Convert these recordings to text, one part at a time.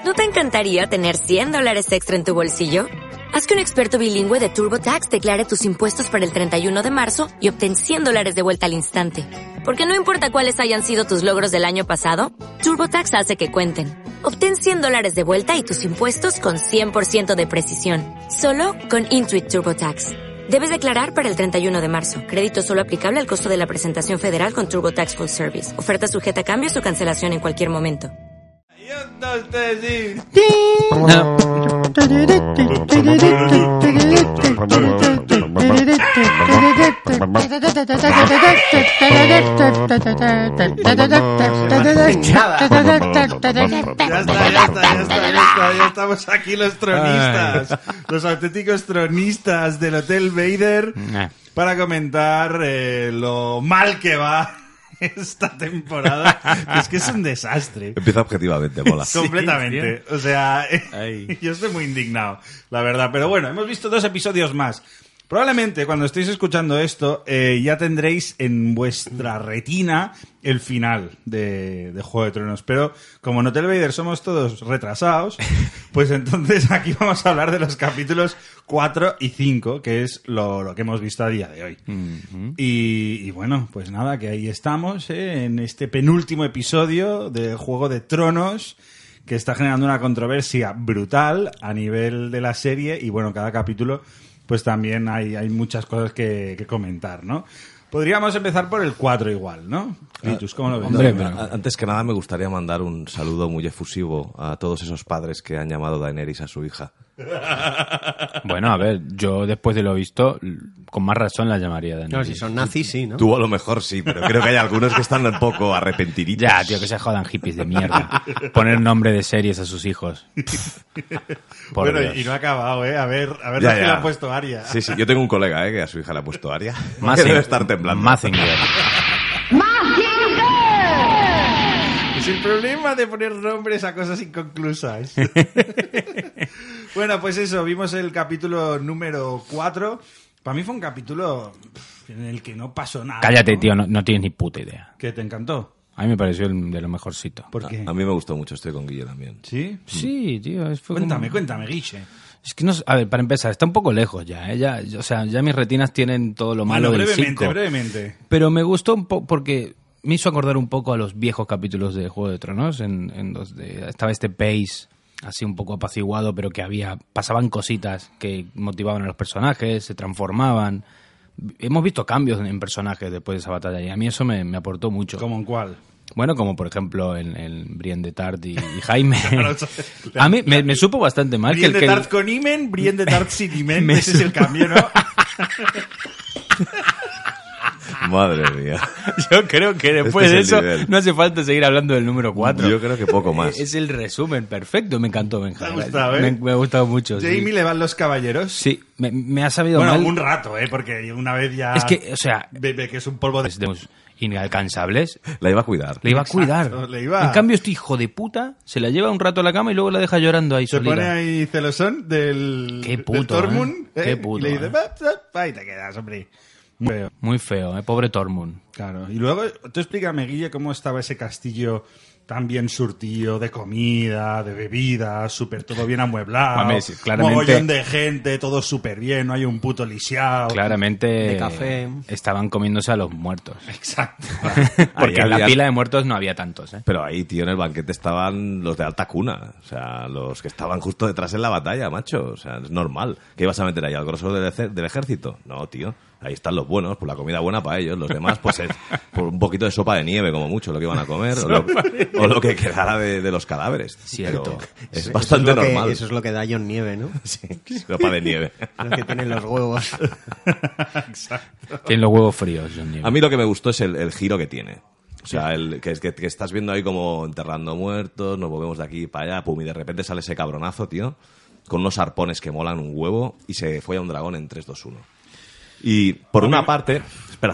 ¿No te encantaría tener $100 extra en tu bolsillo? Haz que un experto bilingüe de TurboTax declare tus impuestos para el 31 de marzo y obtén $100 de vuelta al instante. Porque no importa cuáles hayan sido tus logros del año pasado, TurboTax hace que cuenten. Obtén $100 de vuelta y tus impuestos con 100% de precisión. Solo con Intuit TurboTax. Debes declarar para el 31 de marzo. Crédito solo aplicable al costo de la presentación federal con TurboTax Full Service. Oferta sujeta a cambios o cancelación en cualquier momento. Ya estamos aquí los tronistas, los auténticos tronistas del Hotel Vader para comentar lo mal que va esta temporada. Es que es un desastre. Empieza objetivamente, mola. Completamente. O sea, yo estoy muy indignado, la verdad. Pero bueno, hemos visto 2 episodios más. Probablemente cuando estéis escuchando esto ya tendréis en vuestra retina el final de Juego de Tronos. Pero como en Hotel Vader somos todos retrasados, pues entonces aquí vamos a hablar de los capítulos 4 y 5, que es lo que hemos visto a día de hoy. Uh-huh. Y bueno, pues nada, que ahí estamos, en este penúltimo episodio de Juego de Tronos, que está generando una controversia brutal a nivel de la serie. Y bueno, cada capítulo pues también hay muchas cosas que comentar, ¿no? Podríamos empezar por el 4 igual, ¿no? Litus, ¿cómo lo ves? Hombre, antes que nada me gustaría mandar un saludo muy efusivo a todos esos padres que han llamado Daenerys a su hija. Bueno, a ver, yo después de lo visto, con más razón la llamaría Daenerys. No, si son nazis, sí, ¿no? Tú a lo mejor sí, pero creo que hay algunos que están un poco arrepentiditos. Ya, tío, que se jodan hippies de mierda. Poner nombre de series a sus hijos. Bueno, Dios. Y no ha acabado, ¿eh? A ver ya, si le ha puesto Arya. Sí, yo tengo un colega, que a su hija le ha puesto Arya. Debe estar temblando. Mazinger. Es el problema de poner nombres a cosas inconclusas. Bueno, pues eso, vimos el capítulo número 4. Para mí fue un capítulo en el que no pasó nada. Cállate, ¿no? tío, no tienes ni puta idea. ¿Qué te encantó? A mí me pareció de lo mejorcito. ¿Por qué? A mí me gustó mucho, estoy con Guille también. ¿Sí? Sí, tío. Cuéntame, Guille. Es que no, a ver, para empezar, está un poco lejos ya, ¿eh? Ya mis retinas tienen todo lo malo del circo. Brevemente. Pero me gustó un poco porque me hizo acordar un poco a los viejos capítulos de Juego de Tronos, en donde estaba este pace así un poco apaciguado, pero que pasaban cositas que motivaban a los personajes, se transformaban. Hemos visto cambios en personajes después de esa batalla y a mí eso me aportó mucho. ¿Cómo en cuál? Bueno, como por ejemplo en Brienne de Tart y Jaime. A mí me supo bastante mal. Brienne de Tart con Imen, Brienne de Tart sin Imen. Ese es el cambio, ¿no? Madre mía. Yo creo que después de eso no hace falta seguir hablando del número 4. Yo creo que poco más. Es el resumen perfecto. Me encantó, Benja. ¿Te ha gustado, eh? Me ha gustado mucho. ¿Jamie sí. le van los caballeros? Sí, me ha sabido mal. Bueno, un rato, porque una vez ya... Es que, o sea... Ve que es un polvo de... inalcanzables. La iba a cuidar. Exacto, En cambio, este hijo de puta se la lleva un rato a la cama y luego la deja llorando ahí solita. Se pone ahí celosón del Tormund. Qué puto, y le dice, ahí te quedas, hombre. Muy feo, pobre Tormund. Claro. Y luego, tú explícame, Guille, cómo estaba ese castillo tan bien surtido de comida, de bebidas, todo bien amueblado. Mame, sí, claramente, mogollón de gente, todo súper bien, no hay un puto lisiado. Claramente de café. Estaban comiéndose a los muertos. Exacto. Porque en la pila de muertos no había tantos, ¿eh? Pero ahí, tío, en el banquete estaban los de alta cuna. O sea, los que estaban justo detrás en la batalla, macho. O sea, es normal. ¿Qué ibas a meter ahí? ¿Al grosso del ejército? No, tío. Ahí están los buenos, pues la comida buena para ellos. Los demás, pues es por un poquito de sopa de nieve, como mucho, lo que iban a comer. O lo que quedara de los cadáveres. Cierto. Es bastante normal. Eso es lo que da Jon Nieve, ¿no? Sí, sopa de nieve. Los que tienen los huevos. Exacto. Tienen los huevos fríos, Jon Nieve. A mí lo que me gustó es el giro que tiene. O sea, que estás viendo ahí como enterrando muertos, nos movemos de aquí para allá, pum, y de repente sale ese cabronazo, tío, con unos arpones que molan un huevo y se folla un dragón en 3, 2, 1. Y por una parte... Espera.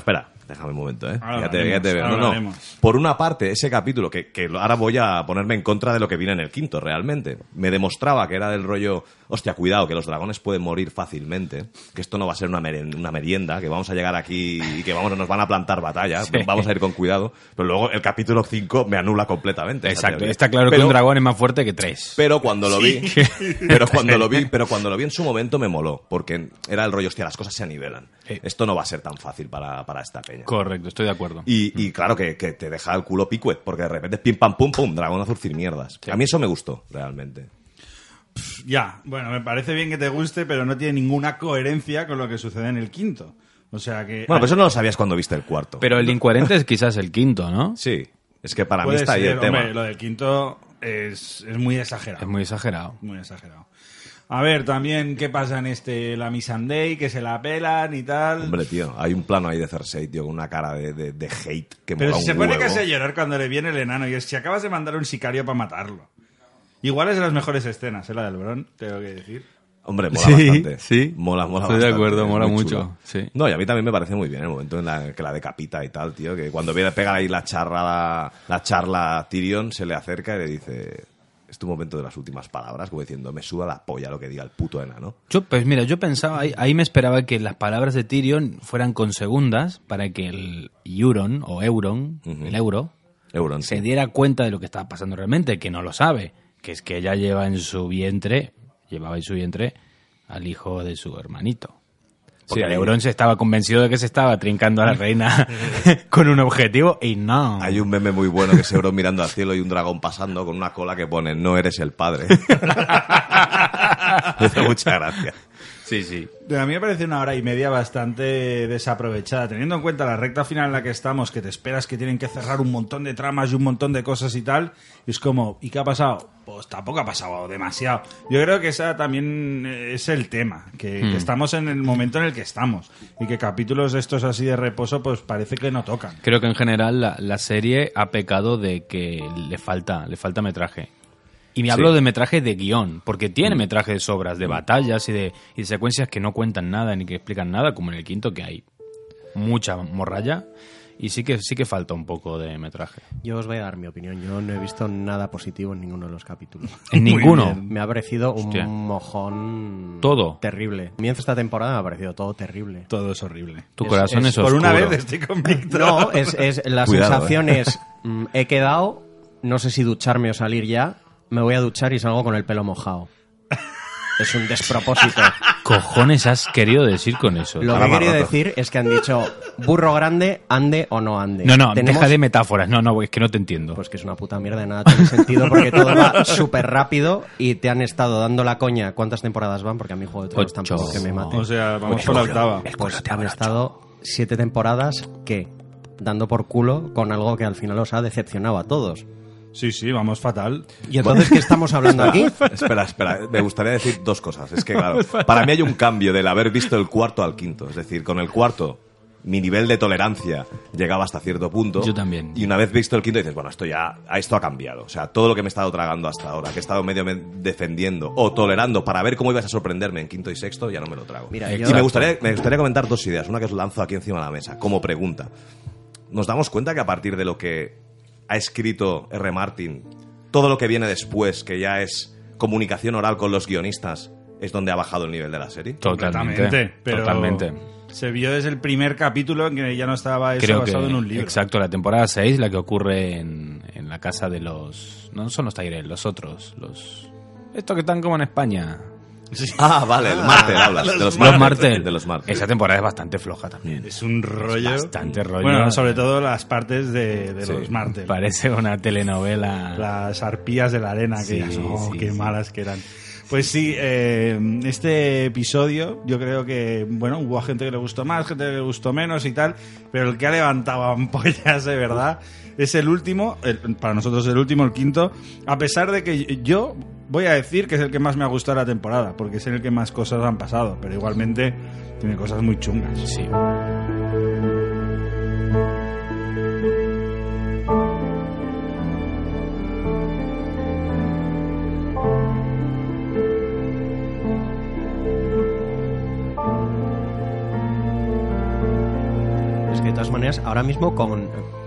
déjame un momento, ¿eh? Ahora Fíjate, hablaremos, no. hablaremos. Por una parte, ese capítulo, que ahora voy a ponerme en contra de lo que viene en el quinto, realmente. Me demostraba que era del rollo, hostia, cuidado, que los dragones pueden morir fácilmente, que esto no va a ser una merienda, que vamos a llegar aquí y que nos van a plantar batalla, vamos a ir con cuidado. Pero luego el capítulo 5 me anula completamente. Exacto, está claro que un dragón es más fuerte que 3. Pero cuando lo vi, pero cuando lo vi en su momento me moló, porque era el rollo, hostia, las cosas se anivelan. Esto no va a ser tan fácil para esta peña. Correcto, estoy de acuerdo. Y claro que te deja el culo picuet, porque de repente pim pam pum pum, dragón a zurcir mierdas. A mí eso me gustó, realmente. Ya, bueno, me parece bien que te guste, pero no tiene ninguna coherencia con lo que sucede en el quinto. O sea que... Bueno, pero eso no lo sabías cuando viste el cuarto. Pero el incoherente es quizás el quinto, ¿no? Sí, es que para mí puede está ahí ser, el tema. hombre, lo del quinto es muy exagerado. Es muy exagerado. Muy exagerado. A ver, también, ¿qué pasa en la Missandei? Que se la pelan y tal. Hombre, tío, hay un plano ahí de Cersei, tío, con una cara de hate que Pero mola si se un pone huevo. casi a llorar cuando le viene el enano y es si acabas de mandar un sicario para matarlo. Igual es de las mejores escenas, la del Bron, tengo que decir. Hombre, mola Sí, bastante. sí. Mola Estoy de bastante. acuerdo, Es mola muy mucho, chulo. sí. No, y a mí también me parece muy bien el momento en que la decapita y tal, tío, que cuando viene a pegar ahí la charla a Tyrion, se le acerca y le dice... Es tu momento de las últimas palabras, como diciendo, me suda la polla lo que diga el puto enano. Pues mira, yo pensaba, ahí me esperaba que las palabras de Tyrion fueran con segundas para que el Euron, o Euron, el Euro, Euron, se sí. diera cuenta de lo que estaba pasando realmente, que no lo sabe, que es que ella llevaba en su vientre al hijo de su hermanito. Porque el Euron se estaba convencido de que se estaba trincando a la reina con un objetivo y no. Hay un meme muy bueno que es Euron mirando al cielo y un dragón pasando con una cola que pone no eres el padre. Me hace mucha gracia. Sí, sí. A mí me parece una hora y media bastante desaprovechada, teniendo en cuenta la recta final en la que estamos, que te esperas que tienen que cerrar un montón de tramas y un montón de cosas y tal, y es como, ¿y qué ha pasado? Pues tampoco ha pasado demasiado. Yo creo que esa también es el tema, que estamos en el momento en el que estamos, y que capítulos de estos así de reposo pues parece que no tocan. Creo que en general la serie ha pecado de que le falta metraje. Y me hablo de metraje de guión, porque tiene metraje de sobras, de batallas y de secuencias que no cuentan nada ni que explican nada, como en el quinto, que hay mucha morralla y sí que falta un poco de metraje. Yo os voy a dar mi opinión. Yo no he visto nada positivo en ninguno de los capítulos. En ninguno. Me ha parecido Hostia. un mojón Todo. terrible. Comienza esta temporada me ha parecido todo terrible. Todo es horrible. Tu corazón es oscuro. Por una vez estoy convicto. No, es la Cuidado, sensación es he quedado, no sé si ducharme o salir ya, me voy a duchar y salgo con el pelo mojado. Es un despropósito. Cojones has querido decir con eso? Lo que he Caramba, querido roto. decir es que han dicho burro grande, ande o no ande. No, Tenemos- deja de metáforas. No, es que no te entiendo. Pues que es una puta mierda, nada tiene sentido porque todo va súper rápido y te han estado dando la coña. ¿Cuántas temporadas van? Porque a mi Juego de Tronos 8. tampoco que me mate. O sea, vamos por la octava. Pues han estado 7 temporadas que dando por culo con algo que al final os ha decepcionado a todos. Sí, vamos fatal. ¿Y entonces qué estamos hablando aquí? Espera. Me gustaría decir dos cosas. Es que, claro, para mí hay un cambio del haber visto el cuarto al quinto. Es decir, con el cuarto, mi nivel de tolerancia llegaba hasta cierto punto. Yo también. Y una vez visto el quinto, dices, bueno, esto ha cambiado. O sea, todo lo que me he estado tragando hasta ahora, que he estado medio defendiendo o tolerando para ver cómo ibas a sorprenderme en quinto y sexto, ya no me lo trago. Mira, Y yo- me gustaría comentar dos ideas. Una que os lanzo aquí encima de la mesa, como pregunta. ¿Nos damos cuenta que a partir de lo que ha escrito R. Martin, todo lo que viene después, que ya es comunicación oral con los guionistas, es donde ha bajado el nivel de la serie? Totalmente. Pero Totalmente. se vio desde el primer capítulo en que ya no estaba eso Creo que, basado en un libro. exacto, la temporada 6, la que ocurre en la casa de los... No son los Tyrell, los otros. Estos que están como en España. Ah, vale, el Martel hablas. De Los Martel. De los Martel. Esa temporada es bastante floja también. Es un rollo. bastante rollo. Bueno, sobre todo las partes de Sí. los Martel. Parece una telenovela. Las arpías de la arena, que Sí, ya, sí, qué sí. malas que eran. Pues sí, este episodio yo creo que, bueno, hubo gente que le gustó más, gente que le gustó menos y tal, pero el que ha levantado ampollas de verdad es el último, para nosotros el último, el quinto, a pesar de que yo voy a decir que es el que más me ha gustado la temporada, porque es en el que más cosas han pasado, pero igualmente tiene cosas muy chungas. Sí. Es que de todas maneras, ahora mismo con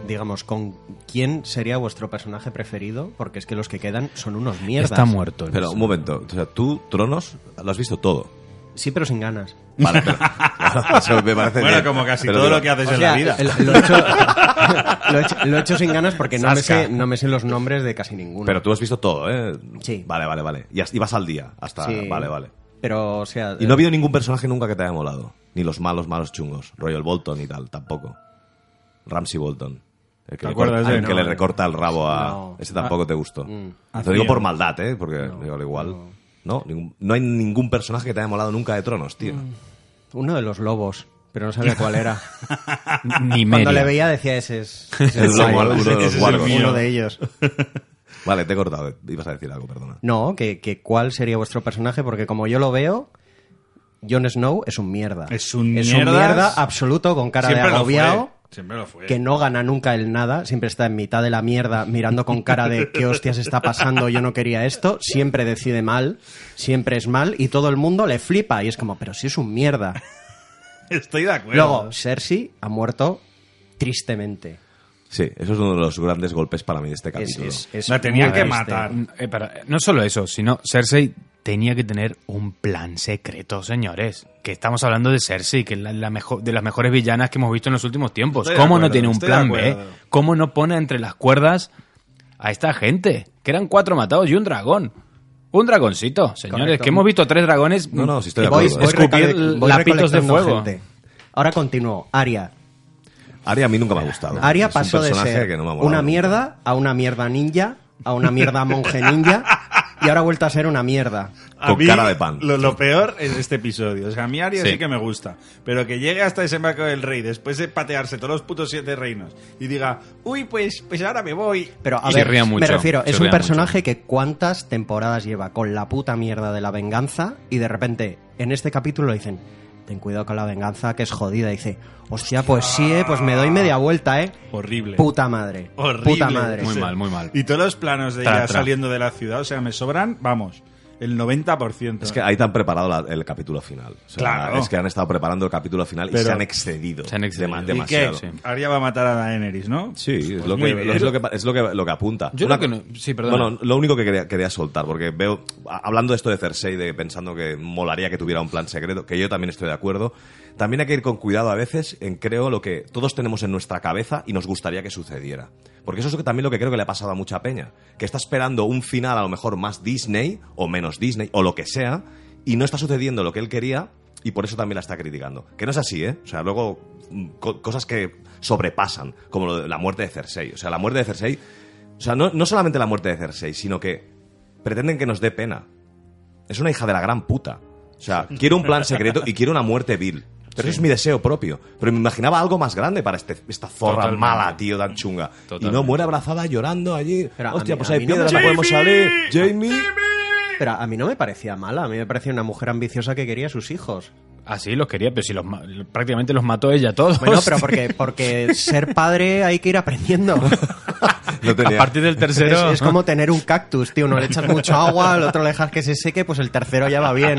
quién sería vuestro personaje preferido, porque es que los que quedan son unos mierdas. Está muerto. Pero un momento, o sea, tú, Tronos, lo has visto todo. Sí, pero sin ganas. Vale, pero eso me parece Bueno, bien. como casi Pero todo digo, lo que haces O en sea, la vida. lo he hecho sin ganas porque no Sasca. me sé los nombres de casi ninguno. Pero tú has visto todo, ¿eh? Sí. Vale. Y vas al día hasta... Sí. Vale. Pero, o sea... Y no ha habido ningún personaje nunca que te haya molado. Ni los malos chungos. Royal Bolton y tal, tampoco. Ramsay Bolton. El que, ¿Te acuerdas de él? que No, le recorta el rabo a... no. Ese tampoco te gustó. Ah, Te digo tío. por maldad, ¿eh? Porque digo, al igual... No, no hay ningún personaje que te haya molado nunca de Tronos, tío. Uno de los lobos, pero no sabía cuál era. Ni Cuando medio. le veía decía ese es El lobo, guay. uno de los Ese es el guargos. mío. Uno de ellos. Vale, te he cortado. Ibas a decir algo, perdona. No, que cuál sería vuestro personaje, porque como yo lo veo, Jon Snow es un mierda. Es un mierda mierdas. absoluto, con cara de Siempre lo agobiado. fue. Siempre lo fue. Que no gana nunca el nada, siempre está en mitad de la mierda mirando con cara de qué hostias está pasando, yo no quería esto, siempre decide mal, siempre es mal y todo el mundo le flipa y es como, pero si es un mierda. Estoy de acuerdo. Luego, Cersei ha muerto tristemente. Sí, eso es uno de los grandes golpes para mí de este capítulo. La tenían muy que triste. matar. Pero no solo eso, sino Cersei tenía que tener un plan secreto, señores. Que estamos hablando de Cersei, que es de las mejores villanas que hemos visto en los últimos tiempos. Estoy de ¿Cómo acuerdo, no tiene un estoy de plan B? acuerdo. ¿Cómo no pone entre las cuerdas a esta gente? Que eran 4 matados y un dragón. Un dragoncito, señores. Correcto. Que hemos visto 3 dragones No, sí estoy de Voy, acuerdo. voy Escupir voy lapitos de recolectando fuego. gente. Ahora continúo. Arya. Arya a mí nunca me ha gustado. Arya Es un pasó de personaje ser que no me ha molado una nunca. mierda a una mierda ninja, a una mierda monje ninja y ahora ha vuelto a ser una mierda. Con cara de pan. Lo peor es este episodio. O sea, a mí Arya sí. Sí que me gusta. Pero que llegue hasta ese embarco del rey después de patearse todos los putos 7 reinos y diga, uy, pues ahora me voy. Pero a Y ver, se ría me mucho, refiero, se es un ría personaje que cuántas temporadas lleva con la puta mierda de la venganza y de repente en este capítulo le dicen, ten cuidado con la venganza que es jodida. Y dice, hostia, pues sí, pues me doy media vuelta, Horrible. Puta madre. Horrible. Puta madre. Muy mal, muy mal. Y todos los planos de Tra, ella tra. saliendo de la ciudad, o sea, me sobran, vamos, el 90%. Es que ahí te han preparado el capítulo final. O sea, Claro. Es que han estado preparando el capítulo final y Pero- se han excedido. Se han excedido. ¿Y Demasiado. qué? Arya va a matar a Daenerys, ¿no? Sí, es, Pues lo muy que, bien. es lo que apunta. Yo Una- creo que no. Sí, perdona. Bueno, lo único que quería soltar, porque veo, hablando de esto de Cersei, pensando que molaría que tuviera un plan secreto, que yo también estoy de acuerdo, también hay que ir con cuidado a veces en, creo, lo que todos tenemos en nuestra cabeza y nos gustaría que sucediera. Porque eso es también lo que creo que le ha pasado a mucha peña, que está esperando un final a lo mejor más Disney, o menos Disney, o lo que sea, y no está sucediendo lo que él quería, y por eso también la está criticando. Que no es así, ¿eh? O sea, luego cosas que sobrepasan, como lo de la muerte de Cersei. O sea, la muerte de Cersei... O sea, no solamente la muerte de Cersei, sino que pretenden que nos dé pena. Es una hija de la gran puta. O sea, quiero un plan secreto y quiero una muerte vil. Pero eso es mi deseo propio. Pero me imaginaba algo más grande para esta zorra Totalmente. mala, tío, tan chunga. Totalmente. Y no muere abrazada llorando allí. Pero a Hostia, mí- pues a hay mí no piedras, me- no podemos salir. Jamie. Pero a mí no me parecía mala, a mí me parecía una mujer ambiciosa que quería a sus hijos. Ah, sí, los quería, pero si prácticamente los mató ella todos. Bueno, pero porque ser padre hay que ir aprendiendo. No tenía... A partir del tercero... Es como tener un cactus, tío. Uno le echas mucho agua, al otro le dejas que se seque, pues el tercero ya va bien.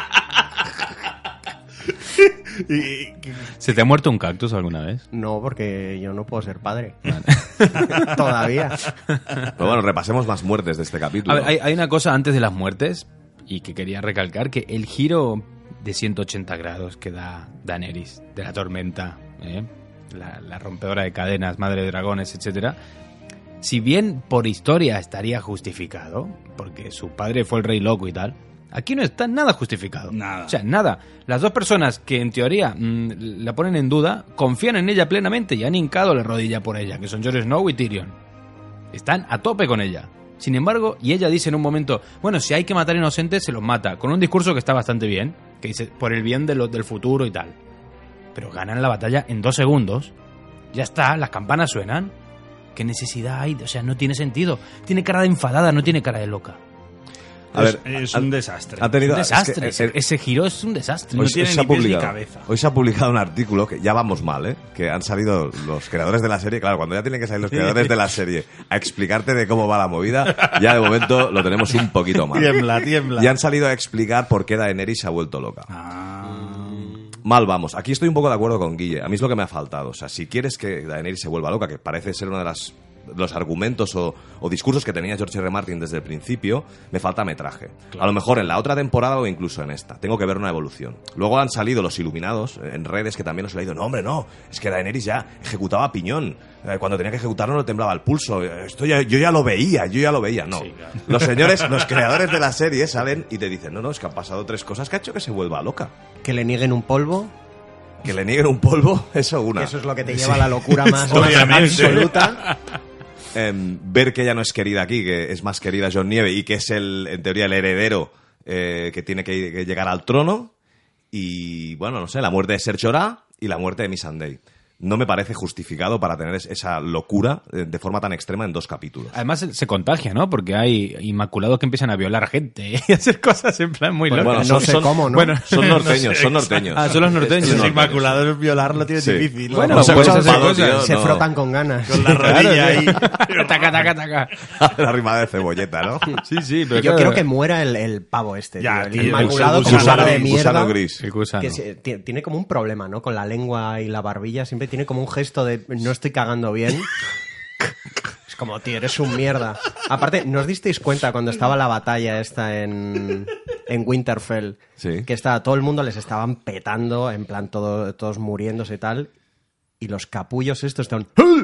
¿Se te ha muerto un cactus alguna vez? No, porque yo no puedo ser padre. Todavía. Pero bueno, repasemos más muertes de este capítulo. A ver, hay una cosa antes de las muertes y que quería recalcar, que el giro de 180 grados que da Daenerys, de la tormenta, la rompedora de cadenas, madre de dragones, etcétera, si bien por historia estaría justificado, porque su padre fue el rey loco y tal, aquí no está nada justificado. Nada. O sea, nada. Las dos personas que en teoría la ponen en duda, confían en ella plenamente y han hincado la rodilla por ella, que son Jon Snow y Tyrion. Están a tope con ella. Sin embargo, y ella dice en un momento, bueno, si hay que matar inocentes, se los mata, con un discurso que está bastante bien, que dice, por el bien del futuro y tal. Pero ganan la batalla en 2 segundos. Ya está, las campanas suenan. ¿Qué necesidad hay? O sea, no tiene sentido. Tiene cara de enfadada, no tiene cara de loca. A ver, es un desastre. ha tenido... Un desastre. es que, Ese giro es un desastre. No tiene se ha ni pies ni publicado- cabeza. Hoy se ha publicado un artículo que ya vamos mal, ¿eh? Que han salido los creadores de la serie. Claro, cuando ya tienen que salir los creadores de la serie a explicarte de cómo va la movida, ya de momento lo tenemos un poquito mal. Tiembla, tiembla. Y han salido a explicar por qué Daenerys se ha vuelto loca. Ah. mal vamos. Aquí estoy un poco de acuerdo con Guille. A mí es lo que me ha faltado. O sea, si quieres que Daenerys se vuelva loca, que parece ser uno de los argumentos o discursos que tenía George R. Martin desde el principio, me falta metraje. Claro. A lo mejor en la otra temporada o incluso en esta. Tengo que ver una evolución. Luego han salido los iluminados en redes que también os he leído. No, hombre, no. Es que Daenerys ya ejecutaba a piñón. Cuando tenía que ejecutarlo no le temblaba el pulso. Yo ya lo veía. No. Sí, claro. Los señores, los creadores de la serie salen y te dicen, no, es que han pasado 3 cosas que ha hecho que se vuelva loca. Que le nieguen un polvo. Que le nieguen un polvo, eso una. Eso es lo que te lleva a la locura más absoluta. Ver que ella no es querida aquí, que es más querida Jon Nieve y que es en teoría el heredero que tiene que llegar al trono. Y bueno, no sé, la muerte de Ser Jorah y la muerte de Missandei. No me parece justificado para tener esa locura de forma tan extrema en 2 capítulos. Además se contagia, ¿no? Porque hay inmaculados que empiezan a violar gente y hacer cosas en plan muy locas. Bueno, no sé cómo, ¿no? Bueno, son norteños, son norteños. Ah, son los norteños. Los inmaculados violarlo tiene difícil. Bueno, no, puedes hacer cosas. Se frotan con ganas. Con la rodilla ahí. Taca. La rimada de cebolleta, ¿no? Sí, pero yo quiero que muera el pavo este, ya, tío. El inmaculado gusano, con cara de mierda. Gusano gris. El gusano. Que tiene como un problema, ¿no? Con la lengua y la barbilla. Siempre tiene como un gesto de no estoy cagando bien. Es como, tío, eres un mierda. Aparte, ¿no os disteis cuenta cuando estaba la batalla esta en Winterfell? Sí. Que todo el mundo les estaban petando, en plan todos muriéndose y tal. Y los capullos estos estaban...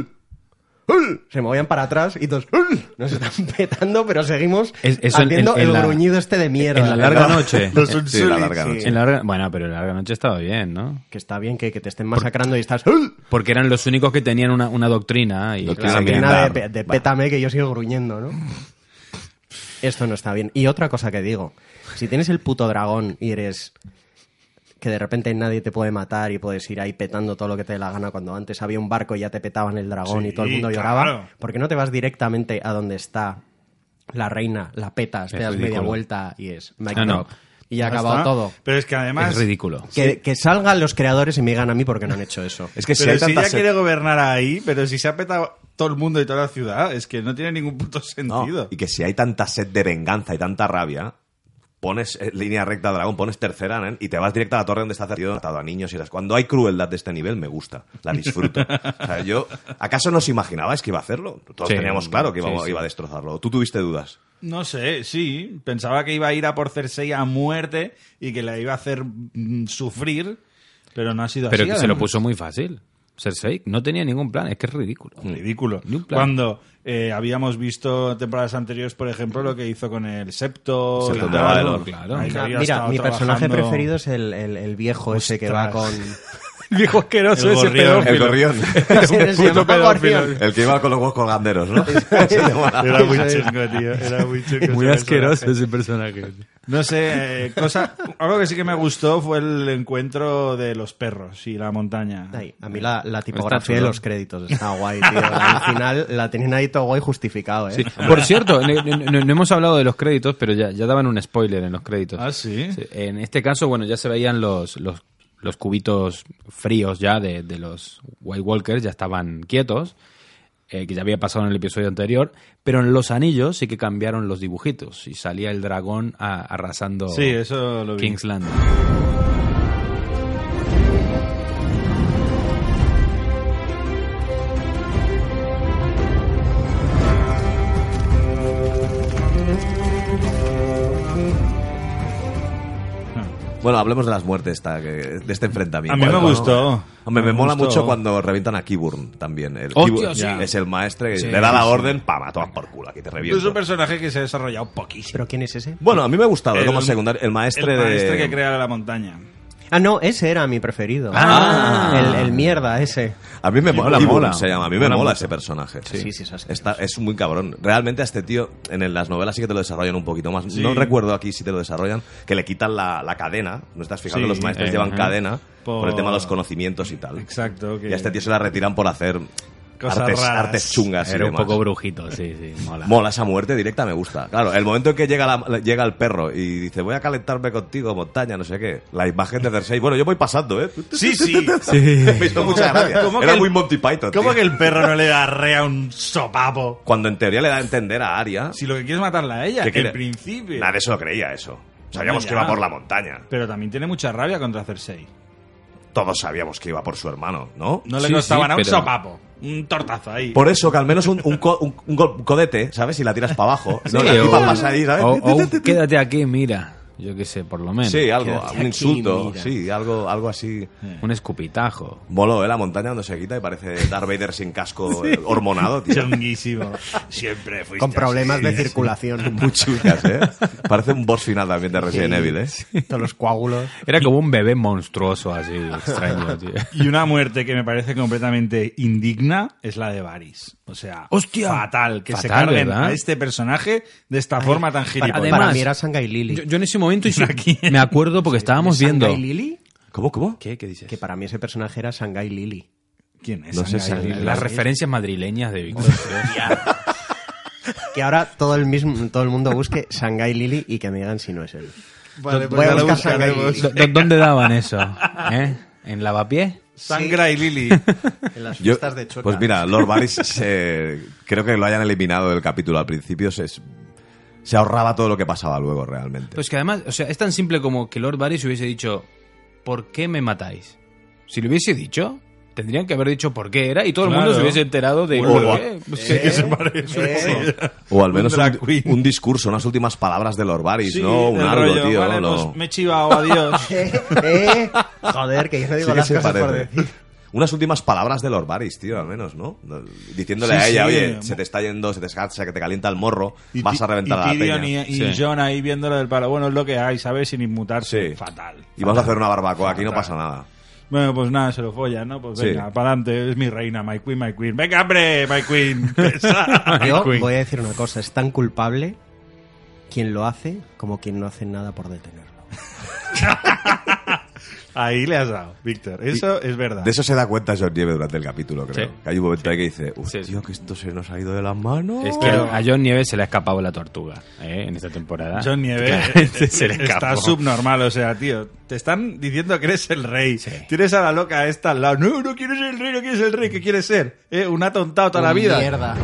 Se movían para atrás y todos nos están petando, pero seguimos haciendo el gruñido este de mierda. En la larga noche. Sí, la larga noche. Bueno, pero en la larga noche estaba bien, ¿no? Que está bien que te estén masacrando y estás... Porque eran los únicos que tenían una doctrina. Y Doctrina de pétame que yo sigo gruñendo, ¿no? Esto no está bien. Y otra cosa que digo, si tienes el puto dragón y eres... que de repente nadie te puede matar y puedes ir ahí petando todo lo que te dé la gana, cuando antes había un barco y ya te petaban el dragón y todo el mundo lloraba, ¿por qué no te vas directamente a donde está la reina, la petas, te das media vuelta y es mic drop? Y ya ha acabado todo. Pero es que además... Es ridículo. Que salgan los creadores y me digan a mí porque no han hecho eso. Es que pero si ella quiere gobernar ahí, pero si se ha petado todo el mundo y toda la ciudad, es que no tiene ningún puto sentido. No, y que si hay tanta sed de venganza y tanta rabia... pones línea recta dragón, pones tercera, ¿eh? Y te vas directo a la torre donde está matado a niños y cuando hay crueldad de este nivel me gusta, la disfruto. O sea, ¿acaso nos imaginabais que iba a hacerlo? Todos teníamos claro que iba a destrozarlo. ¿Tú tuviste dudas? No sé, sí. Pensaba que iba a ir a por Cersei a muerte y que la iba a hacer sufrir, pero no ha sido así. Pero que se lo puso muy fácil. Cersei no tenía ningún plan, es que es ridículo. Ridículo. Cuando habíamos visto temporadas anteriores, por ejemplo, lo que hizo con el Septo. De Vaelor. Claro. Mira, mi personaje preferido es el viejo ese que va con... El viejo asqueroso ese pedófilo. El gorrión. El que iba con los huevos colganderos, ¿no? Era muy chungo, tío. Era muy chungo. Muy asqueroso ese personaje. No sé, algo que sí que me gustó fue el encuentro de los perros y la montaña. Ay, a mí la tipografía de los créditos está guay, tío. Al final la tenían ahí todo guay justificado, ¿eh? Sí. Por cierto, no hemos hablado de los créditos, pero ya daban un spoiler en los créditos. ¿Ah, sí? En este caso, bueno, ya se veían los cubitos fríos ya de los White Walkers, ya estaban quietos, que ya había pasado en el episodio anterior, pero en los anillos sí que cambiaron los dibujitos y salía el dragón arrasando eso lo vi. King's Landing. Bueno, hablemos de las muertes de este enfrentamiento. A mí me gustó. Hombre, me mola mucho cuando revientan a Qyburn también. Hostia, Qyburn sí. Es el maestro que le da la orden, ¡pam! A tomar por culo, aquí te reviento. Es un personaje que se ha desarrollado poquísimo. ¿Pero quién es ese? Bueno, a mí me ha gustado como secundario. El maestro que crea la montaña. Ah, no, ese era mi preferido. El mierda ese. A mí me mola. mola. Se llama. A mí me mola ese personaje. Sí, Es muy cabrón. Realmente a este tío, en las novelas sí que te lo desarrollan un poquito más. Sí. No recuerdo aquí si te lo desarrollan, que le quitan la cadena. ¿No estás fijando? Sí, Los maestros llevan cadena por el tema de los conocimientos y tal. Exacto. Y a este tío se la retiran por hacer artes chungas. Era y un demás. poco brujito, sí, mola. Mola esa muerte directa, me gusta. Claro, el momento en que llega el perro y dice, voy a calentarme contigo, montaña, no sé qué. La imagen de Cersei, bueno, yo voy pasando, ¿eh? Sí. Me hizo mucha gracia. Era muy Monty Python. ¿Cómo tío. que el perro no le arrea un sopapo? Cuando en teoría le da a entender a Arya... Si lo que quiere es matarla a ella, ¿Qué quiere? en principio. Nadie se lo creía eso. Sabíamos Ya. que iba por la montaña. Pero también tiene mucha rabia contra Cersei. todos sabíamos que iba por su hermano, ¿no? No le Sí, costaba sí, nada un pero- sopapo. Un tortazo ahí. Por eso, que al menos un codete, ¿sabes? Si la tiras para abajo. No, Sí, aquí para pasar ahí, ¿sabes? o quédate aquí, mira. Yo qué sé, por lo menos. Sí, algo, Quédate un aquí, insulto, mira. sí, algo así. Un escupitajo. Moló, la montaña donde se quita y parece Darth Vader sin casco hormonado, tío. Chunguísimo. Siempre fuiste Con problemas así. de circulación. Muy chulas, ¿eh? Parece un boss final también de Resident Evil, ¿eh? Todos los coágulos. Era como un bebé monstruoso así, extraño, tío. Y una muerte que me parece completamente indigna es la de Varys. O sea, ¡Hostia! fatal. Que se Fatal, carguen ¿verdad? a este personaje de esta forma tan gilipollas. Además- Para mí era Sangai Lily. Yo en ese momento me acuerdo porque estábamos viendo... ¿Sangai Lily? ¿Cómo? ¿Qué dices? Que para mí ese personaje era Sangai Lily. ¿Quién es? No sé Sangai si- Lily? Las referencias madrileñas de Víctor. Que ahora todo el mundo busque Sangai Lily y que me digan si no es él. Vale, Voy a ya lo buscar Sangai buscaremos. Lily. ¿Dónde daban eso? ¿Eh? ¿En Lavapié? Sangra y Lily. En las Yo- fiestas de Chota. pues mira, Lord Varys creo que lo hayan eliminado del capítulo al principio. Se ahorraba todo lo que pasaba luego realmente. Pues que además, o sea, es tan simple como que Lord Varys hubiese dicho, ¿por qué me matáis? Si lo hubiese dicho, tendrían que haber dicho por qué era y todo el Claro. mundo se hubiese enterado de Bueno, por qué. Pues que- ¿Qué se parece? O al menos un drag queen. un discurso, unas últimas palabras de Lord Varys, Sí, ¿no? Un del algo, rollo, tío. vale, ¿no? pues me he chivado, adiós. Joder, que yo no digo Sí que las se cosas por parece. decir. Unas últimas palabras de Lord Varys, tío, al menos, ¿no? Diciéndole Sí, a ella, sí. oye, se te está yendo, se te escarcha, que te calienta el morro, vas a reventar a la Tyrion peña. y Sí. Jon ahí viéndolo del palo. Bueno, es lo que hay, ¿sabes? Sin inmutarse. Sí. Fatal. Y vamos a hacer una barbacoa, aquí no pasa nada. Bueno, pues nada, se lo follan, ¿no? Pues Sí. venga, para adelante, es mi reina, my queen, my queen. ¡Venga, hombre, my queen! Pesa. Yo Queen. voy a decir una cosa, es tan culpable quien lo hace como quien no hace nada por detenerlo. Ahí le has dado, Víctor. Eso es verdad. De eso se da cuenta John Nieve durante el capítulo, creo. Sí. Que hay un momento ahí que dice, uf, Sí. tío, que esto se nos ha ido de las manos. Es que a Jon Nieves se le ha escapado la tortuga en esta temporada. John Nieve Claramente se le está escapó. subnormal, o sea, tío, te están diciendo que eres el rey. Tienes a la loca esta al lado. No, no quieres ser el rey, no quieres ser el rey. ¿Qué quieres ser? Un atontado toda la vida. Mierda.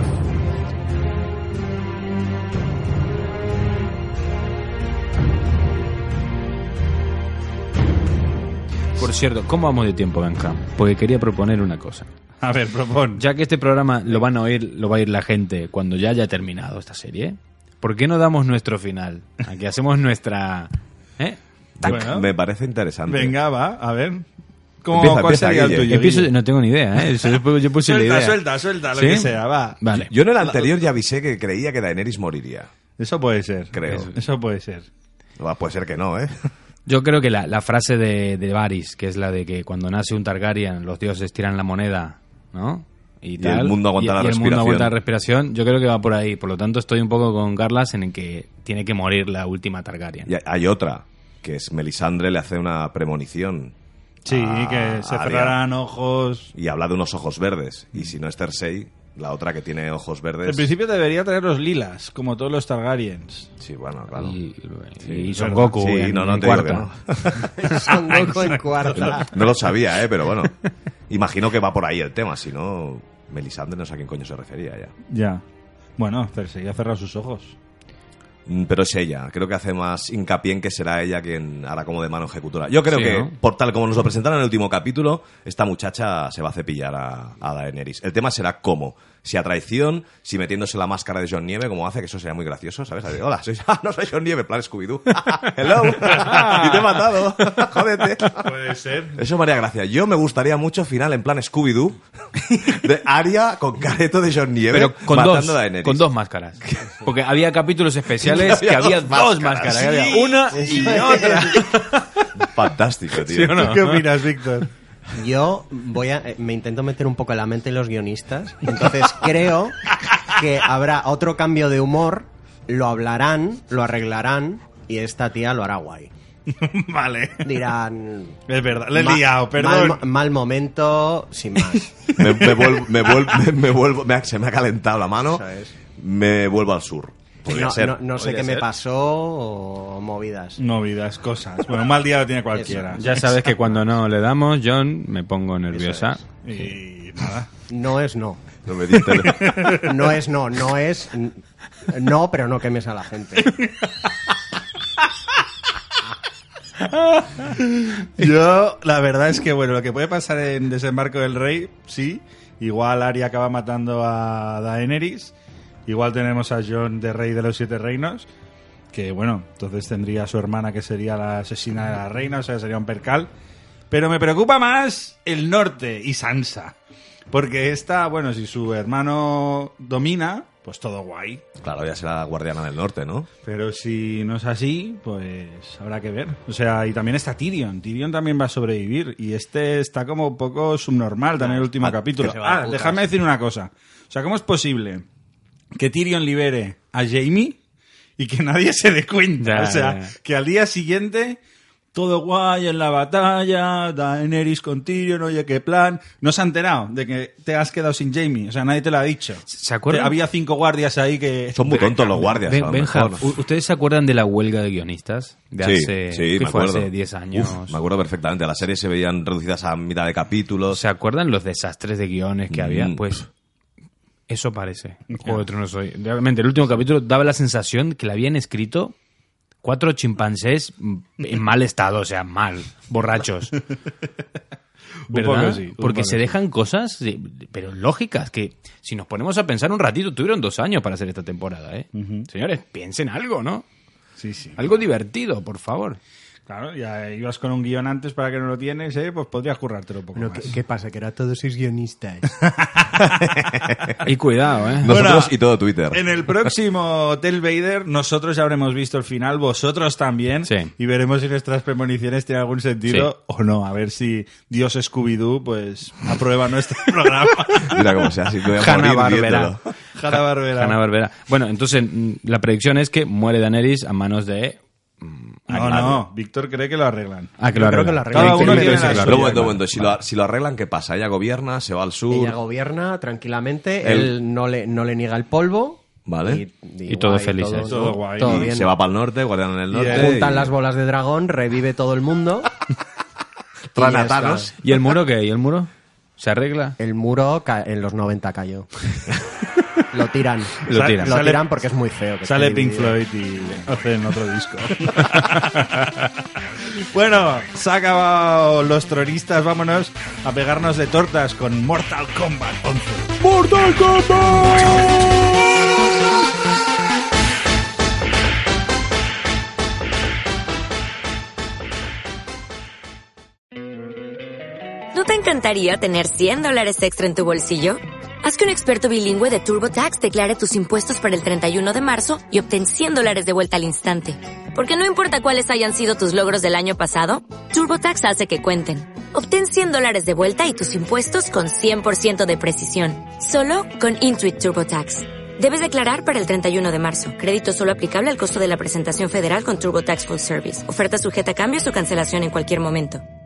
Por cierto, ¿cómo vamos de tiempo, Benja? Porque quería proponer una cosa. A ver, propon. Ya que este programa lo va a oír la gente cuando ya haya terminado esta serie, ¿por qué no damos nuestro final? Aquí hacemos nuestra... ¿Eh? Bueno, Me parece interesante. venga, va, a ver. ¿Cómo, Empieza, ¿Cuál empieza, sería el Guille. tuyo? Empiezo, Guille? no tengo ni idea, ¿eh? Yo puse la idea. Suelta, lo ¿Sí? que sea, va. Vale. Yo en el anterior ya avisé que creía que Daenerys moriría. Eso puede ser. Creo. Eso puede ser. Puede ser que no, ¿eh? Yo creo que la frase de Varys, que es la de que cuando nace un Targaryen los dioses tiran la moneda, ¿no? Y el mundo aguanta la y el mundo respiración. aguanta la respiración, yo creo que va por ahí. Por lo tanto, estoy un poco con Carlas en el que tiene que morir la última Targaryen. Y hay otra, que es Melisandre le hace una premonición. Sí, a que se Arya. cerrarán ojos. Y habla de unos ojos verdes. Y si no es Cersei, la otra que tiene ojos verdes... En principio debería tener los lilas, como todos los Targaryens. Sí, bueno, claro. Y Son Goku Sí, en, no en te digo cuarta. que no. Son Goku en cuarta. No lo sabía, pero bueno. Imagino que va por ahí el tema. Si no, Melisandre no sé a quién coño se refería ya. Ya. Bueno, Cersei ha cerrado sus ojos. Pero es ella. Creo que hace más hincapié en que será ella quien hará como de mano ejecutora. Yo creo Sí, que, ¿no? por tal como nos lo presentaron en el último capítulo, esta muchacha se va a cepillar a Daenerys. El tema será cómo. Si a traición, si metiéndose la máscara de John Nieve, como hace, que eso sería muy gracioso, ¿sabes? Hola, no soy John Nieve, plan Scooby-Doo. Hello. Y te he matado. Jódete. Puede ser. Eso me haría gracia. Yo me gustaría mucho final en plan Scooby-Doo de Arya con careto de John Nieve Pero matando a Daenerys. con dos máscaras. Porque había capítulos especiales Había que había dos dos máscaras, máscaras. sí. Había una y otra. Fantástico, tío. ¿Sí o no? ¿Qué opinas, Víctor? Yo me intento meter un poco en la mente de los guionistas, entonces creo que habrá otro cambio de humor, lo hablarán, lo arreglarán y esta tía lo hará guay. Vale. Dirán... Es verdad, le he "Ma- liado, perdón. Mal momento, sin más. Se me ha calentado la mano. Eso es. Me vuelvo al sur. Podría No, ser. no sé Podría qué me ser. pasó o movidas. Movidas, cosas. Bueno, un mal día lo tiene cualquiera. Ya sabes que cuando no le damos, John, me pongo nerviosa. Y nada. No es no. No me diste el- No es no. No es no, pero no quemes a la gente. Yo, la verdad es que, bueno, lo que puede pasar en Desembarco del Rey, sí. Igual Arya acaba matando a Daenerys. Igual tenemos a Jon de Rey de los Siete Reinos. Que, bueno, entonces tendría a su hermana que sería la asesina de la reina. O sea, sería un percal. Pero me preocupa más el norte y Sansa. Porque esta, bueno, si su hermano domina, pues todo guay. Claro, ya será la guardiana del norte, ¿no? Pero si no es así, pues habrá que ver. O sea, y también está Tyrion. Tyrion también va a sobrevivir. Y este está como un poco subnormal también en el último capítulo. Déjame decir una cosa. O sea, ¿cómo es posible que Tyrion libere a Jaime y que nadie se dé cuenta? O sea, que al día siguiente... Todo guay en la batalla, Daenerys con Tyrion, oye, qué plan. No se ha enterado de que te has quedado sin Jaime, o sea, nadie te lo ha dicho. ¿Se acuerdan? Había 5 guardias ahí que... Son muy tontos los guardias. Benja, ¿ustedes se acuerdan de la huelga de guionistas? De hace, sí, me acuerdo. Hace 10 años. Me acuerdo perfectamente. Las series se veían reducidas a mitad de capítulos. ¿Se acuerdan los desastres de guiones que había? Pues... eso parece. Juego de Tronos hoy. Realmente, el último capítulo daba la sensación que la habían escrito 4 chimpancés en mal estado, o sea, mal, borrachos. ¿Verdad? Sí, porque se dejan cosas, pero lógicas, que si nos ponemos a pensar un ratito, tuvieron 2 años para hacer esta temporada, ¿eh? Señores, piensen algo, ¿no? Sí, sí. Algo divertido, por favor. Claro, ya ibas con un guión antes para que no lo tienes, pues podrías currártelo un poco más. ¿Qué pasa? Que eran todos 6 guionistas. Y cuidado, ¿eh? Nosotros Bueno, y todo Twitter. En el próximo Hotel Vader, nosotros ya habremos visto el final, vosotros también, Sí. y veremos si nuestras premoniciones tienen algún sentido o no. A ver si Dios Scooby-Doo pues aprueba nuestro programa. Mira cómo sea, si voy a morir Hanna-Barbera. viéndolo. Hanna-Barbera. Hanna-Barbera. Bueno, entonces la predicción es que muere Daenerys a manos de... No, Víctor cree que lo arreglan. que lo Yo creo arreglan. que lo arreglan. Cada uno Sí, tiene sí, la sí, suya. Pero un momento. Si lo arreglan, ¿qué pasa? Ella gobierna, se va al sur. Ella gobierna tranquilamente, Él- él no le niega el polvo. Vale. Y todo guay, felices. Todo guay. Todo Y bien. Se va para el norte, guardiana del norte. Juntan las bolas de dragón, revive todo el mundo. Traen y ya a Thanos. está. ¿Y el muro qué? ¿Y el muro? ¿Se arregla? El muro en los 90 cayó. Lo tiran. Lo tiran. Lo Sale- tiran porque es muy feo. que Sale esté Pink dividido. Floyd y hacen otro disco. Bueno, se ha acabado los tronistas. Vámonos a pegarnos de tortas con Mortal Kombat 11. ¡Mortal Kombat! ¿No te encantaría tener $100 extra en tu bolsillo? Haz que un experto bilingüe de TurboTax declare tus impuestos para el 31 de marzo y obtén $100 de vuelta al instante. Porque no importa cuáles hayan sido tus logros del año pasado, TurboTax hace que cuenten. Obtén $100 de vuelta y tus impuestos con 100% de precisión. Solo con Intuit TurboTax. Debes declarar para el 31 de marzo. Crédito solo aplicable al costo de la presentación federal con TurboTax Full Service. Oferta sujeta a cambios o cancelación en cualquier momento.